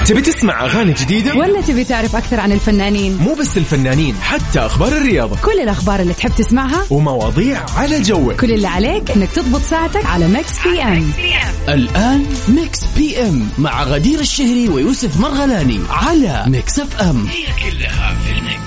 تبي تسمع أغاني جديدة ولا تبي تعرف أكثر عن الفنانين؟ مو بس الفنانين، حتى أخبار الرياضة، كل الأخبار اللي تحب تسمعها ومواضيع على جوك. كل اللي عليك إنك تضبط ساعتك على ميكس بي ام. الآن ميكس بي ام مع غدير الشهري ويوسف مرغلاني على ميكس اف ام. هي كلها في الميكس.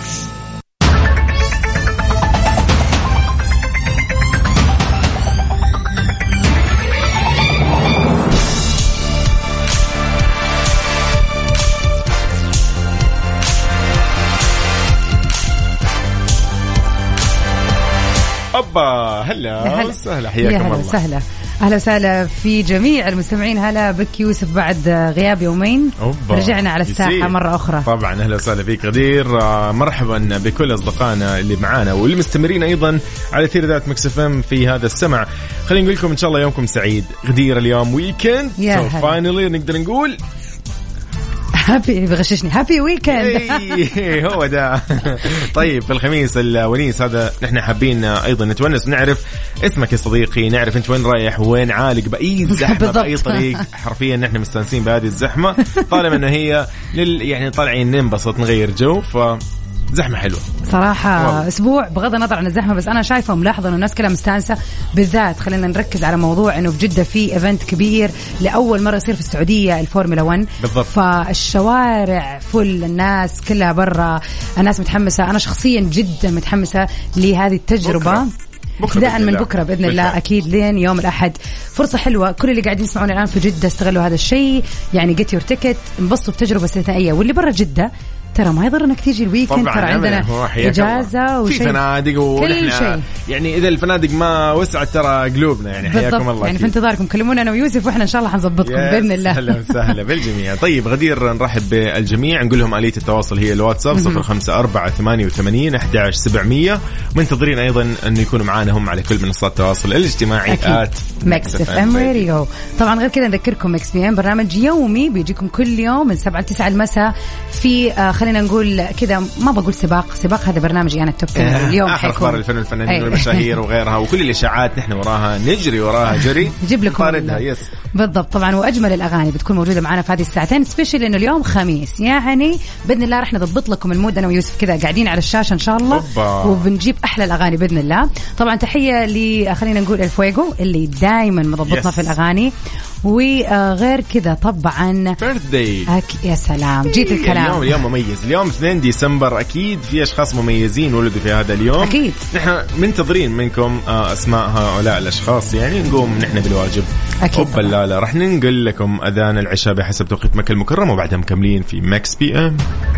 أبا هلا وسهلا، حياكم الله. أهلا وسهلا في جميع المستمعين. هلا بك يوسف بعد غياب يومين. رجعنا على الساحة مرة أخرى. طبعا أهلا وسهلا فيك غدير. مرحبا بكل أصدقائنا اللي معانا والمستمرين أيضا على ثير ذات ميكس اف ام في هذا السمع. خلينا نقول لكم إن شاء الله يومكم سعيد. غدير اليوم ويكند، فاينلي نقدر نقول هابي، بغششني هابي ويكند. هو ده. طيب في الخميس الونيس هذا نحن حابين ايضا نتونس ونعرف اسمك يا صديقي، نعرف انت وين رايح وين عالق باي زحمه باي طريق. حرفيا نحن مستانسين بهذه الزحمه طالما انه هي يعني طالعين ننبسط نغير جو، زحمة حلوة صراحة والله. أسبوع بغض النظر عن الزحمة، بس أنا شايفة ملاحظة أنه الناس كلها مستانسة. بالذات خلينا نركز على موضوع أنه في جدة في إيفنت كبير لأول مرة يصير في السعودية، الفورمولا 1 بالضبط. فالشوارع فل، الناس كلها برا، الناس متحمسة. أنا شخصيا جدا متحمسة لهذه التجربة ابتداء من بكرة بإذن الله أكيد لين يوم الأحد. فرصة حلوة، كل اللي قاعدين يسمعون الآن في جدة استغلوا هذا الشيء، يعني get your ticket، انبسطوا في تجربة استثنائية. واللي برا جدة ترى ما يضر انك تيجي الويكند، ترى عندنا اجازه وشيء في فنادق وكل شيء. يعني اذا الفنادق ما وسعت ترى قلوبنا، يعني حياكم الله. يعني في انتظاركم، كلمونا انا ويوسف واحنا ان شاء الله حنظبطكم باذن الله. اهلا وسهلا بالجميع. طيب غدير نرحب بالجميع، نقول لهم آلية التواصل هي الواتساب 0548811700. منتظرين ايضا ان يكونوا معانا هم على كل منصات التواصل الاجتماعي ميكس اف ام راديو. طبعا غير كذا نذكركم ميكس بي ام برنامج يومي بيجيكم كل يوم من 7 ل 9 المساء في خلينا نقول كذا، ما بقول سباق هذا برنامجي أنا التوب 10 اليوم حيكون أخبار الفن والفنانين والمشاهير وغيرها وكل الإشاعات نحن وراها نجري وراها جري نجيب لكم بالضبط. طبعا وأجمل الأغاني بتكون موجودة معنا في هذه الساعتين سبيشال، إنه اليوم خميس، يعني بإذن الله رح نضبط لكم المود أنا ويوسف كذا قاعدين على الشاشة إن شاء الله وبنجيب أحلى الأغاني بإذن الله. طبعا تحية خلينا نقول الفويجو اللي دايما مضبطنا في الأغاني. وغير كذا طبعا يا سلام جيت الكلام. اليوم مميز، اليوم 2 ديسمبر، أكيد في أشخاص مميزين ولدوا في هذا اليوم. أكيد نحن منتظرين منكم أسماء هؤلاء الأشخاص، يعني نقوم نحن بالواجب. أكيد لا رح ننقل لكم أذان العشاء بحسب توقيت مكة المكرمة وبعدها مكملين في ميكس بي ام.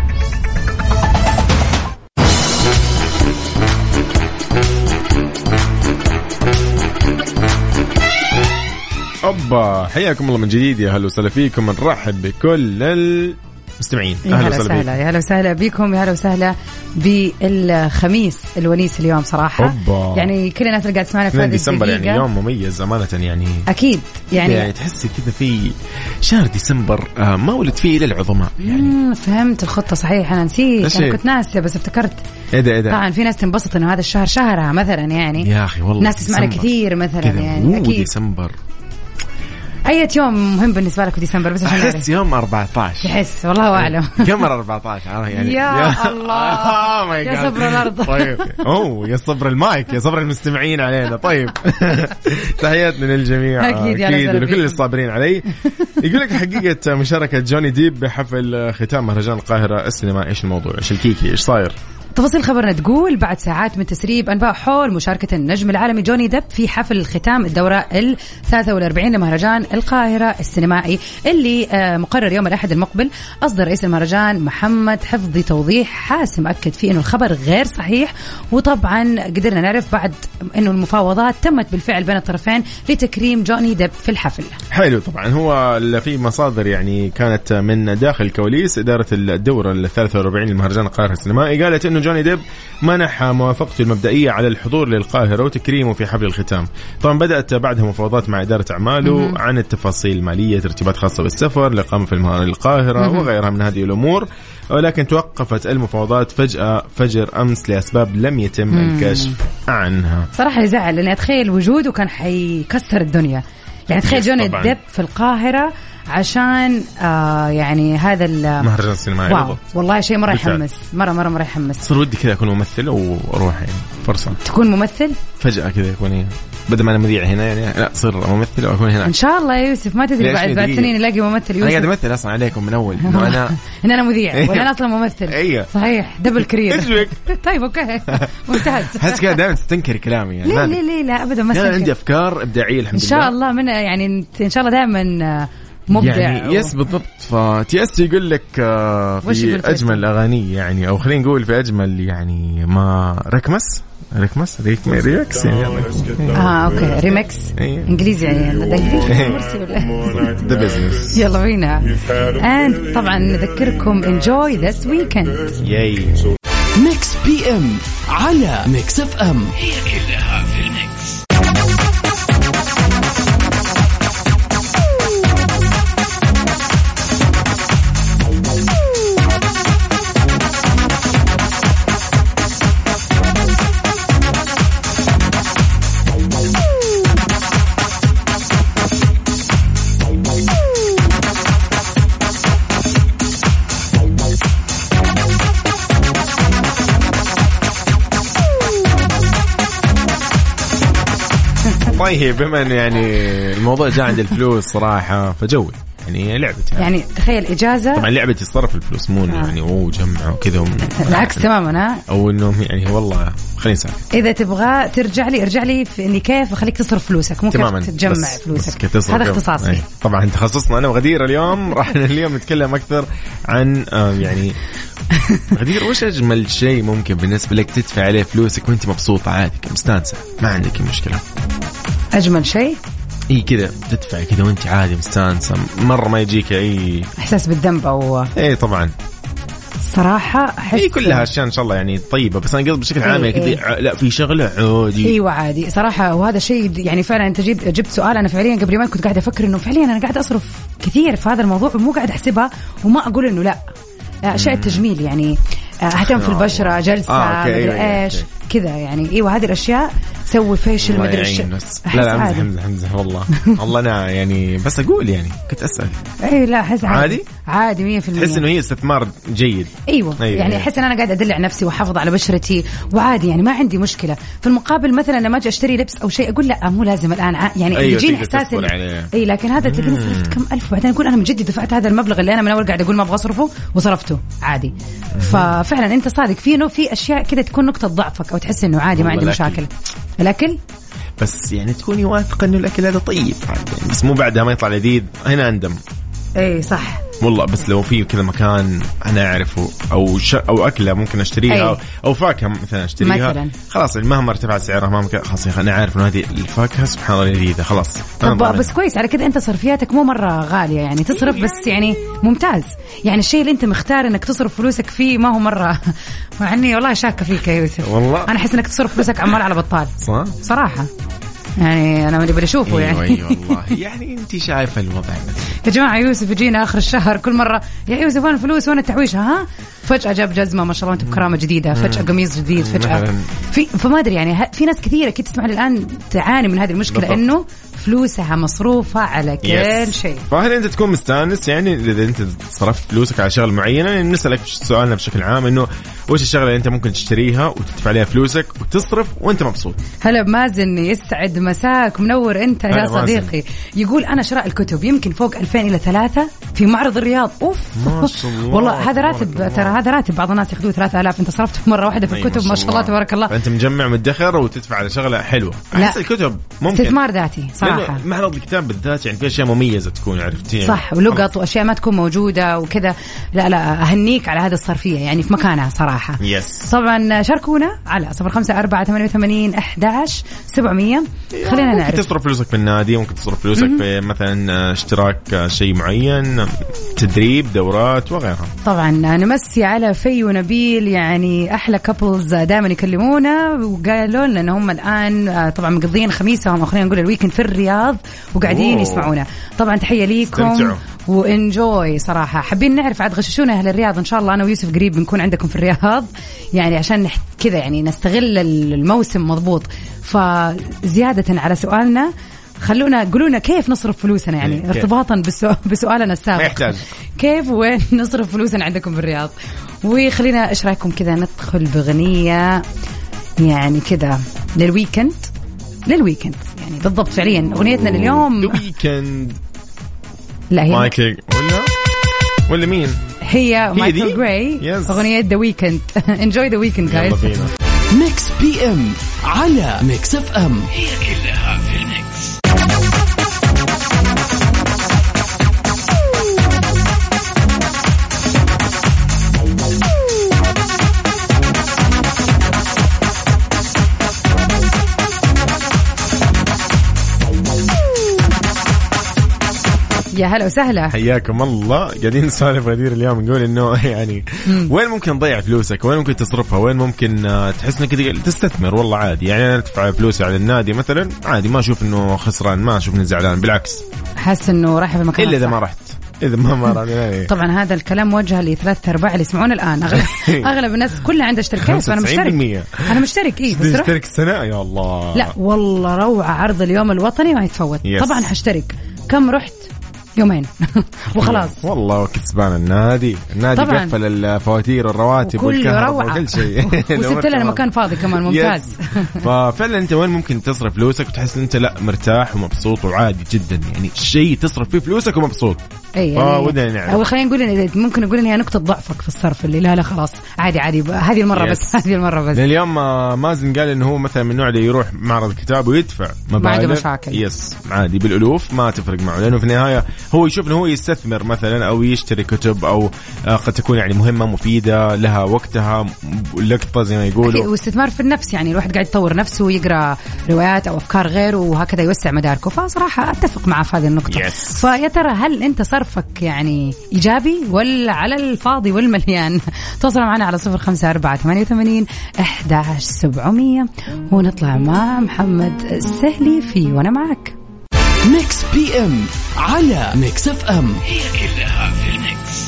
حياكم الله من جديد، يا هلا وسهلا فيكم. نرحب بكل المستمعين. اهلا وسهلا، يا هلا وسهلا بكم، يا هلا وسهلا بالخميس الونيس اليوم صراحه. يعني كل الناس اللي قاعد تسمعنا في هذه ديسمبر يعني يوم مميز امانه، يعني اكيد يعني تحسي كذا في شهر ديسمبر ما ولد فيه الا العظماء. يعني فهمت الخطه صحيح، انا نسيت، انا كنت ناسيه بس افتكرت. ايه ده طبعا في ناس تنبسط انه هذا الشهر شهرها مثلا، يعني يا اخي والله ناس تسمعنا كثير مثلا، يعني اكيد ديسمبر. أي يوم مهم بالنسبة لك ديسمبر؟ بس عشان أحس يوم 14. تحس والله أعلم. قمر 14 يعني. يا الله يا صبر الأرض. طيب يا صبر المايك، يا صبر المستمعين علينا. طيب تحياتنا للجميع أكيد لكل الصابرين علي. يقول لك حقيقة مشاركة جوني ديب بحفل ختام مهرجان القاهرة السينمائي. إيش الموضوع؟ إيش الكيكي؟ إيش صاير؟ تفاصيل خبرنا تقول بعد ساعات من تسريب أنباء حول مشاركة النجم العالمي جوني ديب في حفل الختام الدورة 43 لمهرجان القاهرة السينمائي اللي مقرر يوم الأحد المقبل، أصدر رئيس المهرجان محمد حفظي توضيح حاسم أكد فيه أنه الخبر غير صحيح. وطبعا قدرنا نعرف بعد أنه المفاوضات تمت بالفعل بين الطرفين لتكريم جوني ديب في الحفل. حلو. طبعا هو في مصادر يعني كانت من داخل كواليس إدارة الدورة 43 لمهرجان القاهرة السينمائي، قالت أنه جوني ديب منح موافقته المبدئية على الحضور للقاهرة وتكريمه في حفل الختام. طبعا بدأت بعدها مفاوضات مع إدارة أعماله عن التفاصيل المالية، ترتيبات خاصة بالسفر، الإقامة في القاهرة وغيرها من هذه الأمور، ولكن توقفت المفاوضات فجأة فجر أمس لأسباب لم يتم الكشف عنها. صراحة يزعل، لأني أتخيل وجوده كان حيكسر الدنيا. يعني تخيل جوني ديب في القاهرة عشان يعني هذا المهرجان السينمائي. واو والله شيء مرة يحمس، مرة يحمس. صار ودي كذا أكون ممثل وأروح يعني فرصة تكون ممثل فجأة كذا، يكون بدل ما أنا مذيع هنا يعني لا صير ممثل وأكون هنا إن شاء الله يا يوسف. ما تدري بعد سنين نلاقي ممثل يوسف. أنا قاعد أمثل أصلا عليكم من أول إنه أنا مذيع ولا أنا أصلا ممثل. أيه صحيح دبل كرير. طيب أوكي ممتاز. حس كذا دائما تستنكر كلامي يعني. لا أبدا ما أنا عندي أفكار إبداعية الحمد لله إن شاء الله من يعني إن شاء الله دائما مبدع يعني يس بالضبط. فتياس يقول لك في أجمل أغاني يعني، أو خلينا نقول في أجمل يعني ما ريكس يعني. أوكي ريمكس إنجليزي يعني ذا بيزنس. يلا بينا. and طبعا نذكركم enjoy this weekend. ياي ميكس بي ام على ميكس اف ام، هي كلها في الميكس. طيب بما انه يعني الموضوع جاء عند الفلوس صراحه فجوي يعني لعبتي يعني تخيل اجازه طبعا لعبتي تصرف الفلوس مو يعني جمع وكذا العكس تماما او انه يعني والله خليني ساكت. اذا تبغى ترجع لي في اني كيف اخليك تصرف فلوسك مو كيف تجمع فلوسك. هذا اختصاصي طبعا تخصصنا انا وغدير اليوم. راح اليوم نتكلم اكثر عن يعني غدير وش اجمل شيء ممكن بالنسبه لك تدفع عليه فلوسك وانت مبسوطه عادي مستانسه ما عندك مشكله. أجمل شيء كذا تدفع كذا وانت عادي مستانسة مرة ما يجيك أي إحساس بالذنب أو طبعا صراحة أحس كلها أشياء إن شاء الله يعني طيبة، بس أنا قصد بشكل عام كذا لا في شغلة عادي. أيوة عادي صراحة. وهذا شيء يعني فعلا أنت جبت سؤال. أنا فعليا قبل ما كنت قاعدة أفكر إنه فعليا أنا قاعدة أصرف كثير في هذا الموضوع ومو قاعدة أحسبها وما أقول إنه لا أشياء التجميل يعني أهتم في البشرة جلسة إيش كذا يعني. ايوه هذه الاشياء سوي فيشل مدري ايش. لا امزح والله والله انا يعني بس اقول يعني كنت اسال لا احس عادي 100%. تحس انه هي استثمار جيد. ايوه يعني احس ان انا قاعد ادلع نفسي واحافظ على بشرتي وعادي يعني ما عندي مشكله. في المقابل مثلا لما اجي اشتري لبس او شيء اقول لا مو لازم الان يعني يجيني احساس لكن هذا تلاقيني صرفت كم الف وبعدين اقول انا من جد دفعت هذا المبلغ اللي انا من اول قاعد اقول ما ابغى اصرفه وصرفته عادي. ففعلا انت صادق في اشياء كذا تكون نقطه ضعفك او تحس انه عادي ما عندي مشاكل. الأكل بس يعني تكوني واثقة إنه الأكل هذا طيب يعني بس مو بعدها ما يطلع لذيذ هنا أندم. صح والله. بس لو في كذا مكان أنا أعرفه أو أكلة ممكن أشتريها أو فاكهة مثلا أشتريها مثلاً. خلاص مهما ارتفع سعرها ما خلاص أنا عارف إنه هذه الفاكهة سبحان الله لذيذة خلاص. طب بس كويس على كده أنت صرفياتك مو مرة غالية يعني تصرف بس يعني ممتاز يعني الشيء اللي أنت مختار إنك تصرف فلوسك فيه ما هو مرة مع إني والله شاكة فيك يا يوسف والله أنا أحس إنك تصرف فلوسك عمال على بطال صراحة يعني أنا ما بدي أشوفه يعني. أيوة والله يعني أنت شايفة الوضع يا جماعة يوسف يجينا آخر الشهر كل مرة يا يوسف وين الفلوس وين التحويشة ها فجأة جاب جزمة ما شاء الله أنت بكرامة جديدة فجأة قميص جديد فجأة فما أدري يعني في ناس كثيرة كنت تسمعني الآن تعاني من هذه المشكلة إنه فلوسها مصروفة على كل شيء. فهل أنت تكون مستانس يعني إذا أنت صرفت فلوسك على شغل معينة يعني نسألك سؤالنا بشكل عام إنه وش الشغلة اللي أنت ممكن تشتريها وتدفع عليها فلوسك وتصرف وأنت مبسوط. هلا بمازن يسعد مساك منور أنت يا صديقي. يقول أنا شراء الكتب يمكن فوق 2000 إلى 3 في معرض الرياض. أوف ما شاء الله والله هذا راتب ترى هذا راتب بعض الناس ياخذوه 3000 أنت صرفت مرة واحدة في الكتب ما شاء الله تبارك الله. أنت مجمع مدخر وتدفع على شغلة حلوة. أحس الكتب ممكن استثمار ذاتي صراحة. معرض الكتاب بالذات يعني في أشياء مميزة تكون عرفتين صح ولقط وأشياء ما تكون موجودة وكذا. لا أهنيك على هذه الصرفية يعني في مكانها صراحة. طبعا شاركونا على 0548811700. خلينا نعرف ممكن تصرف فلوسك في النادي ممكن تصرف فلوسك في مثلا اشتراك شيء معين تدريب دورات وغيرها. طبعا نمسي على في ونبيل يعني أحلى كابلز دائما يكلمونا وقالوا لنا أنهم الآن طبعا مقضين خميسهم أو خلينا نقول الويكند في الرياض وقاعدين يسمعونا. طبعا تحية ليكم وانجوي صراحة. حابين نعرف عاد غششونا أهل الرياض إن شاء الله أنا ويوسف قريب بنكون عندكم في الرياض يعني عشان كذا يعني نستغل الموسم مضبوط. فزيادة على سؤالنا خلونا قولونا كيف نصرف فلوسنا يعني ارتباطا بسؤالنا السابق. يحتاج كيف وين نصرف فلوسنا عندكم بالرياض. وخلينا ايش رايكم كذا ندخل بأغنية يعني كذا للويكند يعني بالضبط فعليا أغنيتنا اليوم الويكند. لا هي مايكل ولا مين؟ هي مايكل جراي أغنية The Weeknd. Enjoy the weekend guys. ميكس بي ام على ميكس اف ام. هي كلها في الميكس. يا هلا وسهلا حياكم الله. قاعدين نسولف غدير اليوم نقول انه يعني وين ممكن تضيع فلوسك، وين ممكن تصرفها، وين ممكن تحس انك تستثمر. والله عادي يعني انا ادفع فلوسي على النادي مثلا عادي، ما اشوف انه خسران، ما اشوف انه زعلان، بالعكس حاسس انه رايح بمكان الا اذا ما رحت، اذا ما رحت. طبعا هذا الكلام موجه ل3/4 اللي يسمعون الان. اغلب الناس كلها عندها اشتراكات وانا مشترك. ايه بس اشترك السنه يا الله. لا والله روعه، عرض اليوم الوطني ما يتفوت. طبعا حاشترك. كم رحت؟ يومين وخلاص. والله كسبان النادي قفل الفواتير والرواتب والكهرباء وكل شيء وسبت لنا مكان فاضي كمان. ممتاز. ففعلا انت وين ممكن تصرف فلوسك وتحس انت لا مرتاح ومبسوط وعادي جدا، يعني شيء تصرف فيه فلوسك ومبسوط. يعني او خلينا نقول ممكن نقول ان هي نقطه ضعفك في الصرف اللي لا خلاص عادي هذه المره بس. اليوم مازن قال انه هو مثلا من النوع اللي يروح معرض الكتاب ويدفع مبالغ مشاكل عادي بالالوف، ما تفرق معه، لانه في النهايه هو يشوف انه هو يستثمر مثلا او يشتري كتب او قد تكون يعني مهمه مفيده لها وقتها لقطه زي ما يقولوا، واستثمار في النفس. يعني الواحد قاعد يطور نفسه ويقرا روايات او افكار غيره وهكذا يوسع مداركه. فصراحه اتفق معه في هذه النقطه. فيا ترى هل انت صرفك يعني إيجابي ولا على الفاضي والمليان؟ توصلوا معنا على 0548811700 ونطلع مع محمد السهلي في وانا معك. ميكس بي ام على ميكس اف ام. هي كلها في الميكس.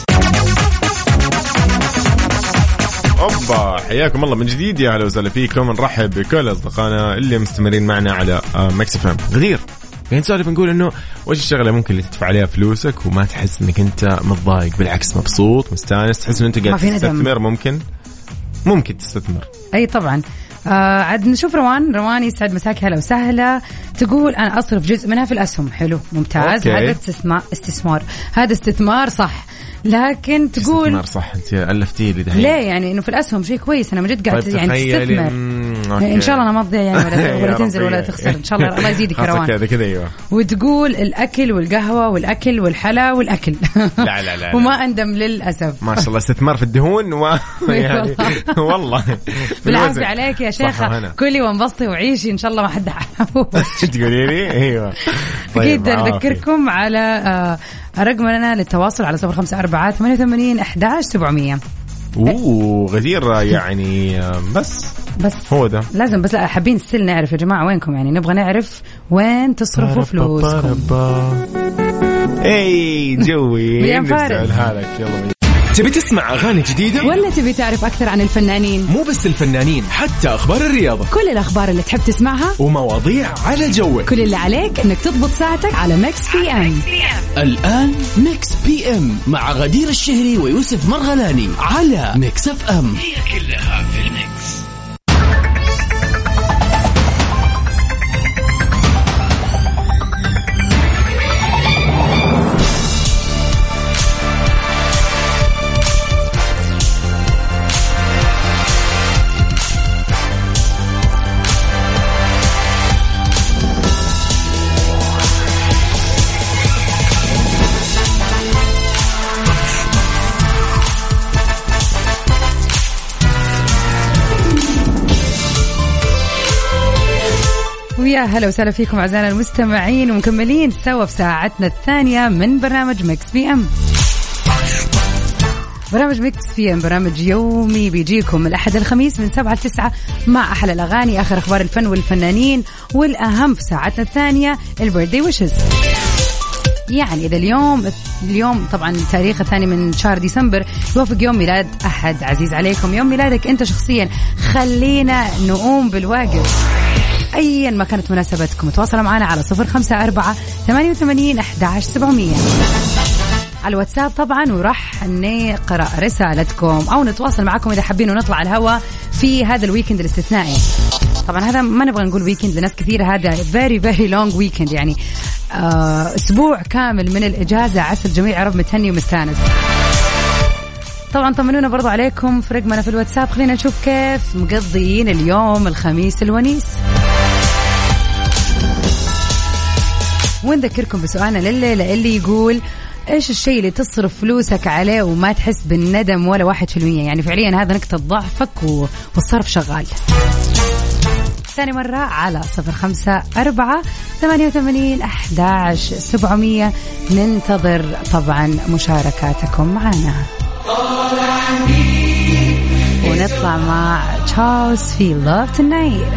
اوبا حياكم الله من جديد، يا هلا وسهلا فيكم. نرحب بكل اصدقائنا اللي مستمرين معنا على ميكس اف ام. غدير يعني نسولف نقول انه وش الشغله ممكن اللي تدفع عليها فلوسك وما تحس انك انت متضايق، بالعكس مبسوط مستانس، تحس انه انت قاعد تستثمر. ممكن تستثمر. اي طبعا. عاد نشوف روان يسعد مساك، هلا وسهلا. تقول انا اصرف جزء منها في الاسهم. حلو ممتاز. هذا استثمار، هذا استثمار صح. لكن تقول استثمار صح. انت الفتي لي دحين ليه؟ يعني انه في الاسهم شيء كويس. انا مجد قاعد يعني تستثمر. ان شاء الله انا ما تضيع يعني ولا تنزل ولا تخسر ان شاء الله. الله يزيدك روان. كذا ايوه. وتقول الاكل والقهوه والاكل والحلا والاكل. لا وما اندم للاسف. ما شاء الله استثمار في الدهون يعني والله بالعافيه عليك يا شيخه. كلي وانبسطي وعيشي ان شاء الله ما حد تقولي لي. ايوه اكيد. نذكركم على رقمنا للتواصل على 0548811700. غدير يعني بس هو ده لازم. بس لا حابين ستيل نعرف يا جماعة وينكم، يعني نبغى نعرف وين تصرفوا فلوسكم. اي جوي نسأل هالك. يلا تبي تسمع أغاني جديدة ولا تبي تعرف أكثر عن الفنانين؟ مو بس الفنانين، حتى أخبار الرياضة، كل الأخبار اللي تحب تسمعها ومواضيع على جوك. كل اللي عليك إنك تضبط ساعتك على ميكس بي ام. الآن ميكس بي ام مع غدير الشهري ويوسف مرغلاني على ميكس اف ام. هي كلها في الميكس. ويا هلا وسهلا فيكم أعزائنا المستمعين، ومكملين سوا في ساعتنا الثانية من برنامج ميكس بي ام. برنامج ميكس بي ام برنامج يومي بيجيكم من الأحد الخميس من 7 ل 9 مع أحلى الأغاني، آخر أخبار الفن والفنانين، والأهم في ساعتنا الثانية البيرثدي ويشز. يعني إذا اليوم طبعا التاريخ الثاني من شهر ديسمبر يوافق يوم ميلاد أحد عزيز عليكم، يوم ميلادك أنت شخصيا، خلينا نقوم بالواجب. أيا ما كانت مناسبتكم تواصلوا معنا على 054-88-11700 على الواتساب طبعا، وراح نقرأ رسالتكم أو نتواصل معكم إذا حابين ونطلع الهواء في هذا الويكند الاستثنائي. طبعا هذا ما نبغى نقول ويكند لناس كثيرة، هذا very very long weekend، يعني أسبوع كامل من الإجازة. عسى الجميع يا رب متهني ومستانس. طبعا طمنونا برضو عليكم في رقمنا في الواتساب، خلينا نشوف كيف مقضيين اليوم الخميس الونيس. ونذكركم بسؤالنا لليلة اللي يقول إيش الشيء اللي تصرف فلوسك عليه وما تحس بالندم ولا 1%؟ يعني فعليا هذا نقطة ضعفك والصرف شغال. ثاني مرة على 054-88-11700 ننتظر طبعا مشاركاتكم معنا. ونطلع مع تشارلز في Love Tonight.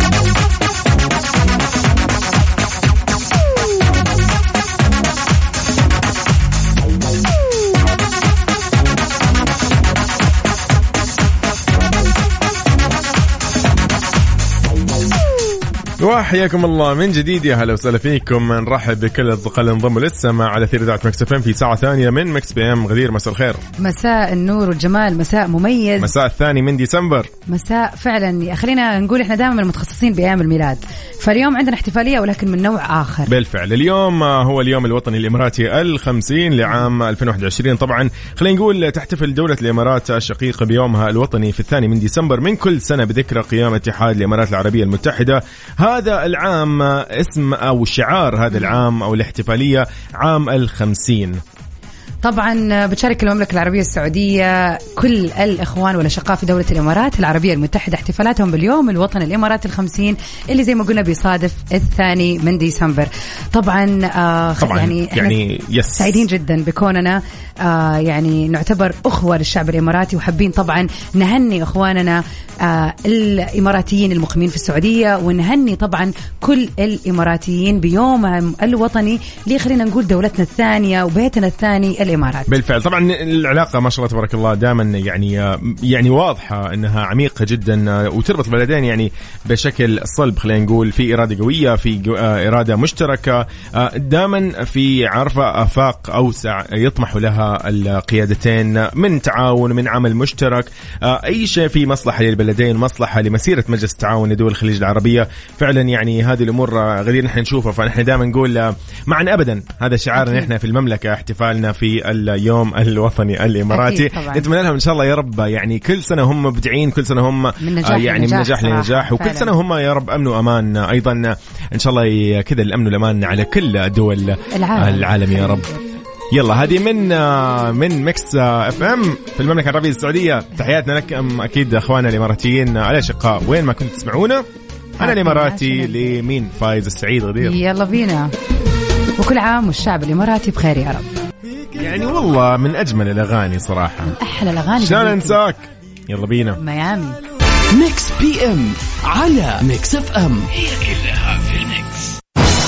وحياكم الله من جديد، يا هلا وسهلا فيكم. نرحب بكل الأصدقاء اللي انضموا للسماع على ثير إذاعة مكس اف ام في ساعة ثانية من مكس بي ام. غدير مساء الخير. مساء النور والجمال، مساء مميز، مساء الثاني من ديسمبر، مساء فعلا. خلينا نقول احنا دائما متخصصين بأيام الميلاد، فاليوم عندنا احتفالية ولكن من نوع آخر. بالفعل اليوم هو اليوم الوطني الإماراتي 50 لعام 2021. طبعا خلينا نقول تحتفل دولة الإمارات الشقيقة بيومها الوطني في 2 من ديسمبر من كل سنة بذكرى قيام اتحاد الإمارات العربية المتحدة. هذا العام اسم أو شعار هذا العام أو الاحتفالية عام 50. طبعا بتشارك المملكة العربية السعودية كل الإخوان والأشقاء في دولة الإمارات العربية المتحدة احتفالاتهم باليوم الوطني الإماراتي 50 اللي زي ما قلنا بيصادف 2 من ديسمبر. طبعا يعني سعيدين جدا بكوننا يعني نعتبر أخوة للشعب الإماراتي، وحابين طبعا نهني إخواننا الإماراتيين المقيمين في السعودية، ونهني طبعا كل الإماراتيين بيومهم الوطني اللي خلينا نقول دولتنا الثانية وبيتنا الثاني الإمارات. بالفعل طبعا العلاقة ما شاء الله تبارك الله دائما يعني واضحة انها عميقة جدا وتربط البلدين يعني بشكل صلب. خلينا نقول في إرادة قوية، في إرادة مشتركة، دائما في عارفة آفاق أوسع يطمح لها القيادتين من تعاون من عمل مشترك، أي شيء في مصلحة للبلدين، مصلحة لمسيرة مجلس التعاون لدول الخليج العربية. فعلا يعني هذه الأمور غير نحن نشوفها، فنحن دائما نقول معا أبدا هذا شعارنا نحن في المملكة، احتفالنا في اليوم الوطني الإماراتي. نتمنى لهم إن شاء الله يا رب يعني كل سنة هم مبدعين، كل سنة هم يعني من نجاح لنجاح، وكل سنة هم يا رب أمن وأمان أيضا إن شاء الله كذا الأمن والأمان على كل دول العالم يا رب. يلا هذه من مكس اف ام في المملكة العربية السعودية. تحياتنا لكم أكيد أخوانا الإماراتيين الأشقاء وين ما كنتوا تسمعونا. أنا الإماراتي لمين فايز السعيد غدير. يلا بينا، وكل عام والشعب الإماراتي بخير يا رب. يعني والله من أجمل الأغاني صراحة، من أحلى الأغاني. شلون أنساك. يلا بينا ميامي ميكس بي ام على ميكس اف ام، هي كلها في الميكس.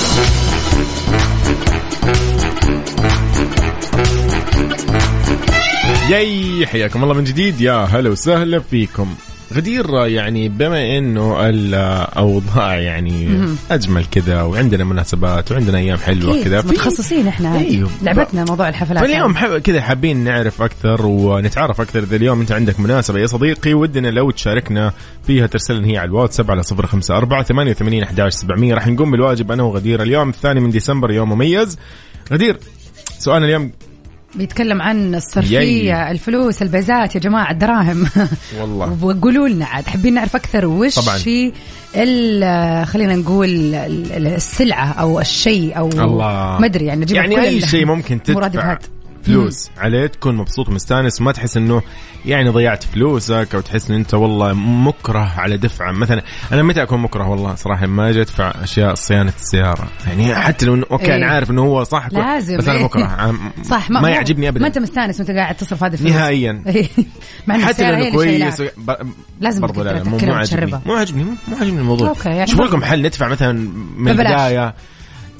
ياي حياكم الله من جديد، يا هلا وسهلا فيكم. غدير يعني بما انه الاوضاع يعني اجمل كذا وعندنا مناسبات وعندنا ايام حلوه كذا، متخصصين احنا. أيوه لعبتنا موضوع الحفلات. فاليوم كذا حابين نعرف اكثر ونتعرف اكثر. اذا اليوم انت عندك مناسبه يا صديقي ودنا لو تشاركنا فيها ترسل هي على الواتساب على 054-88-11700. راح نقوم بالواجب انا وغدير. اليوم 2 من ديسمبر يوم مميز. غدير سؤالنا اليوم بيتكلم عن الصرفية، الفلوس، البيزات يا جماعة، الدراهم. والله وقولوا لنا عاد حابين نعرف أكثر وش في خلينا نقول السلعة أو الشيء أو ما أدري يعني نجيب يعني أي شيء ممكن تدفع فلوس عليه تكون مبسوط ومستانس، ما تحس انه يعني ضيعت فلوسك او تحس ان انت والله مكره على دفع. مثلا انا متى اكون مكره والله صراحه ما اجي ادفع اشياء صيانه السياره، يعني حتى لو اوكي انا عارف انه هو صح لازم بس انا مكره صح ما يعجبني ابدا. ما انت مستانس وانت قاعد تصرف هذه الفلوس نهائيا حتى لو كويس لازم برضه لا مو عاجبني الموضوع. شوفوا لكم حل ندفع مثلا من البدايه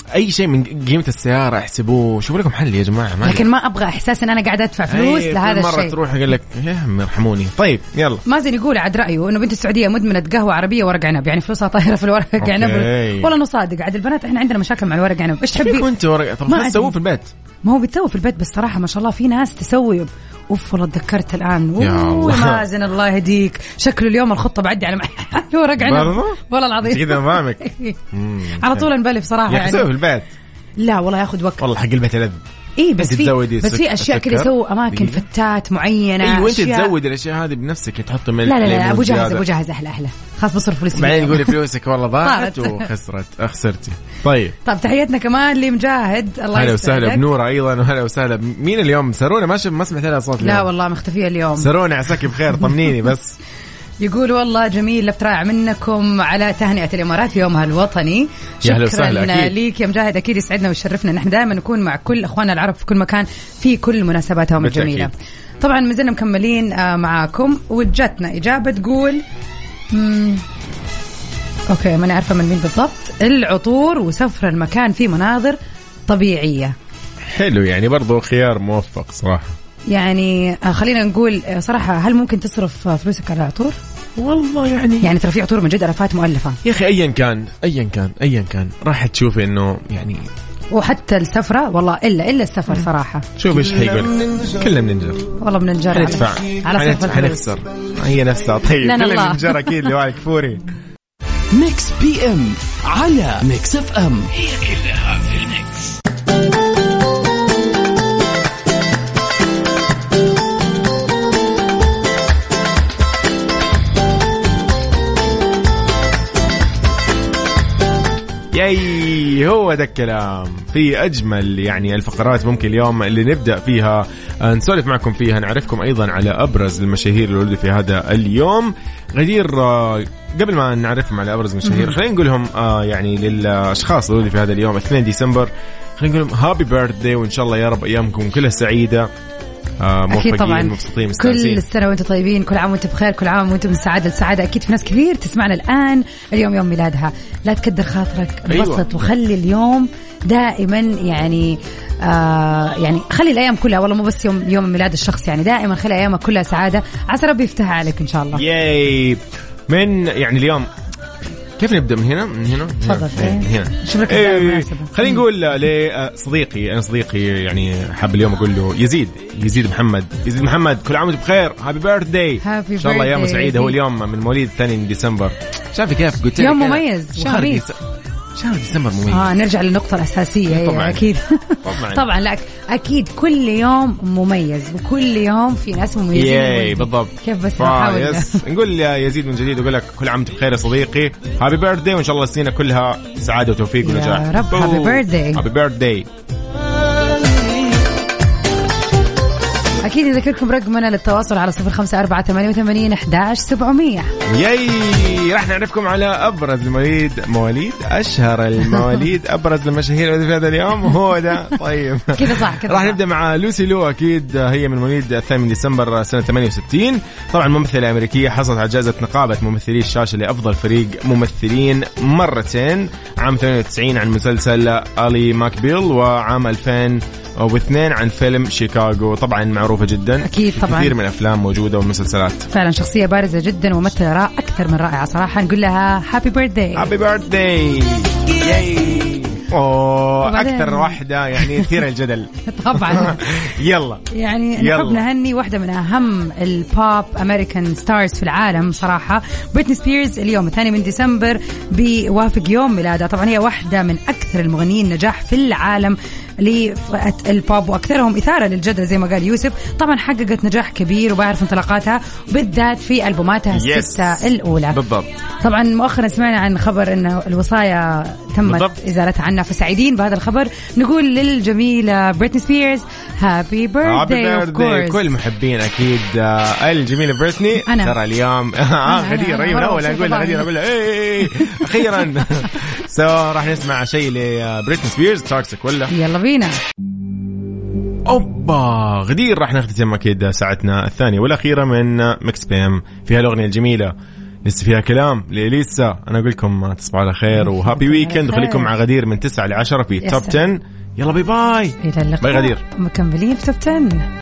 اي شيء من قيمه السياره احسبوه، شوفوا لكم حل يا جماعه. لكن ما ابغى احساس ان انا قاعده ادفع فلوس لهذا الشيء. مره تروح يقول لك يا عمي ارحموني. طيب يلا. مازن يقول عاد رايه انه بنت السعوديه مدمنه قهوه عربيه ورق عنب، يعني فلوسها طايره في الورق عنب. والله نصادق عاد البنات احنا عندنا مشاكل مع الورق عنب. ايش تحبي كنت ورق؟ طب ما تسووه في البيت. ما هو بتسوي في البيت بس صراحه ما شاء الله في ناس تسوي. اوف والله تذكرت الان. مازن الله يهديك، شكله اليوم الخطه بعدي على ورق عنب والله العظيم كذا فاهمك. على طول انبلي بصراحه يعني في البيت. لا والله ياخذ وقت والله حق البيت لذ. ايه بس في اشياء كذا يسووا اماكن فتات معينه. ايوه انت تزود الاشياء هذه بنفسك، تحط ملح. لا ابو جاهز احلى خلاص بصرف فلوسي. بعدين تقولي فلوسك والله ضاعت خسرتي. طيب تحياتنا كمان لمجاهد، الله يسعدك. هلا وسهلا بنورة ايضا، وهلا وسهلا. مين اليوم؟ سرونا ما سمعت لها صوت اليوم. لا والله مختفيه اليوم. سرونا عساك بخير، طمنيني بس. يقول والله جميل الافتراء منكم على تهنئة الإمارات في يومها الوطني. شكرا ليك يا مجاهد، أكيد يسعدنا ويشرفنا. نحن دائما نكون مع كل أخواننا العرب في كل مكان في كل مناسباتهم الجميلة. طبعا مازلنا مكملين معاكم، وجتنا إجابة تقول أوكي ما نعرف من مين بالضبط. العطور وسفر المكان في مناظر طبيعية. حلو، يعني برضو خيار موفق صراحة. يعني خلينا نقول صراحة، هل ممكن تصرف فلوسك على عطور؟ والله يعني ترى في عطور من جد ألفات مؤلفة يا أخي. أيا كان راح تشوفي إنه يعني. وحتى السفرة والله إلا السفر صراحة. شوف إيش حيقول، كلنا بننجر والله بننجر. ندفع على صرف حنخسر هي نفسها. طيب كلنا بننجر أكيد لوالك فوري. ميكس بي ام على ميكس اف ام، هي كلها في الميكس. ياي هو ده الكلام. في أجمل يعني الفقرات ممكن اليوم اللي نبدأ فيها نسولف معكم فيها، نعرفكم أيضا على أبرز المشاهير اللي ولدوا في هذا اليوم. غدير قبل ما نعرفهم على أبرز المشاهير خلينا نقولهم يعني للأشخاص اللي ولدوا في هذا اليوم 2 ديسمبر، خلينا نقولهم هابي بيرثدي، وإن شاء الله يا رب أيامكم كلها سعيدة، أكيد طبعا مبسوطين مستانسين. كل السنة وانتم طيبين، كل عام وانتم بخير، كل عام وانتم من سعادة لسعادة. أكيد في ناس كثير تسمعنا الآن اليوم يوم ميلادها، لا تكدر خاطرك، انبسط وخلي اليوم دائما يعني يعني خلي الأيام كلها، والله مو بس يوم ميلاد الشخص، يعني دائما خلي أيامك كلها سعادة، عسى ربي يفتحها عليك إن شاء الله. ياي من يعني اليوم كيف نبدأ من هنا تفضل. هنا شوف لك خلينا نقول لصديقي، أنا صديقي يعني حاب اليوم أقول له يزيد محمد كل عام وانت بخير، هابي بيرثداي، إن شاء الله أيام سعيدة. هو اليوم من مواليد 2 ديسمبر. شافي كيف قلت يوم مميز شهر ديسمبر مميز. نرجع للنقطة الأساسية طبعا. أكيد طبعا لا أكيد كل يوم مميز، وكل يوم في ناس مميزين بالضبط. كيف بس نحاول نقول يا يزيد من جديد أقول لك كل عام وانت بخير يا صديقي، هابي بيرثداي، وإن شاء الله السنة كلها سعادة وتوفيق ونجاح يا رب. هابي بيرثداي. أكيد يذكركم رقمنا للتواصل على 0548811700. ياي راح نعرفكم على أبرز مواليد أشهر المواليد أبرز المشاهير في هذا اليوم، هو ده. طيب كذا صح كذا. راح نبدأ مع لوسي لو، أكيد هي من مواليد 8 ديسمبر سنة 68. طبعا ممثلة أمريكية، حصلت على جائزة نقابة ممثلي الشاشة لأفضل فريق ممثلين مرتين، عام 98 عن مسلسل آلي ماكبيل، وعام 2002 عن فيلم شيكاغو. طبعا معروفة جدا، أكيد طبعا كثير من الأفلام موجودة والمسلسلات. فعلا شخصية بارزة جدا وممثلة أكثر من رائعة صراحة. نقول لها هابي بيرثداي. أكثر واحدة يعني مثيرة الجدل طبعا. يلا يعني نحب نهني واحدة من أهم البوب أمريكان ستارز في العالم صراحة، بريتني سبيرز. اليوم 2 ديسمبر بيوافق يوم ميلادها. طبعا هي واحدة من أكثر المغنيين نجاح في العالم لفئة البوب، وأكثرهم إثارة للجدل زي ما قال يوسف. طبعا حققت نجاح كبير وبعرف انطلاقاتها بالذات في ألبوماتها الستة الأولى. بالضبط. طبعا مؤخرا سمعنا عن خبر أنه الوصاية تمت إزالتها عنا، فسعيدين بهذا الخبر. نقول للجميلة بريتني سبيرز هابي بيرثداي. كل محبين أكيد الجميلة بريتني. ترى اليوم غدير أيوة الأول أقول لها أخيرا راح نسمع شيء لبريتني سبيرز تاركسك ولا يلا بينا. أوبا غدير راح نختتم أكيد ساعتنا الثانية والأخيرة من ميكس بي ام فيها الأغنية الجميلة لسه فيها كلام لإليسا. أنا أقول لكم تصبحوا على خير وهابي ويكند، وخليكم مع غدير من 9 ل 10 في توب 10. يلا باي باي. إلى اللقاء. باي غدير. مكملين في توب 10.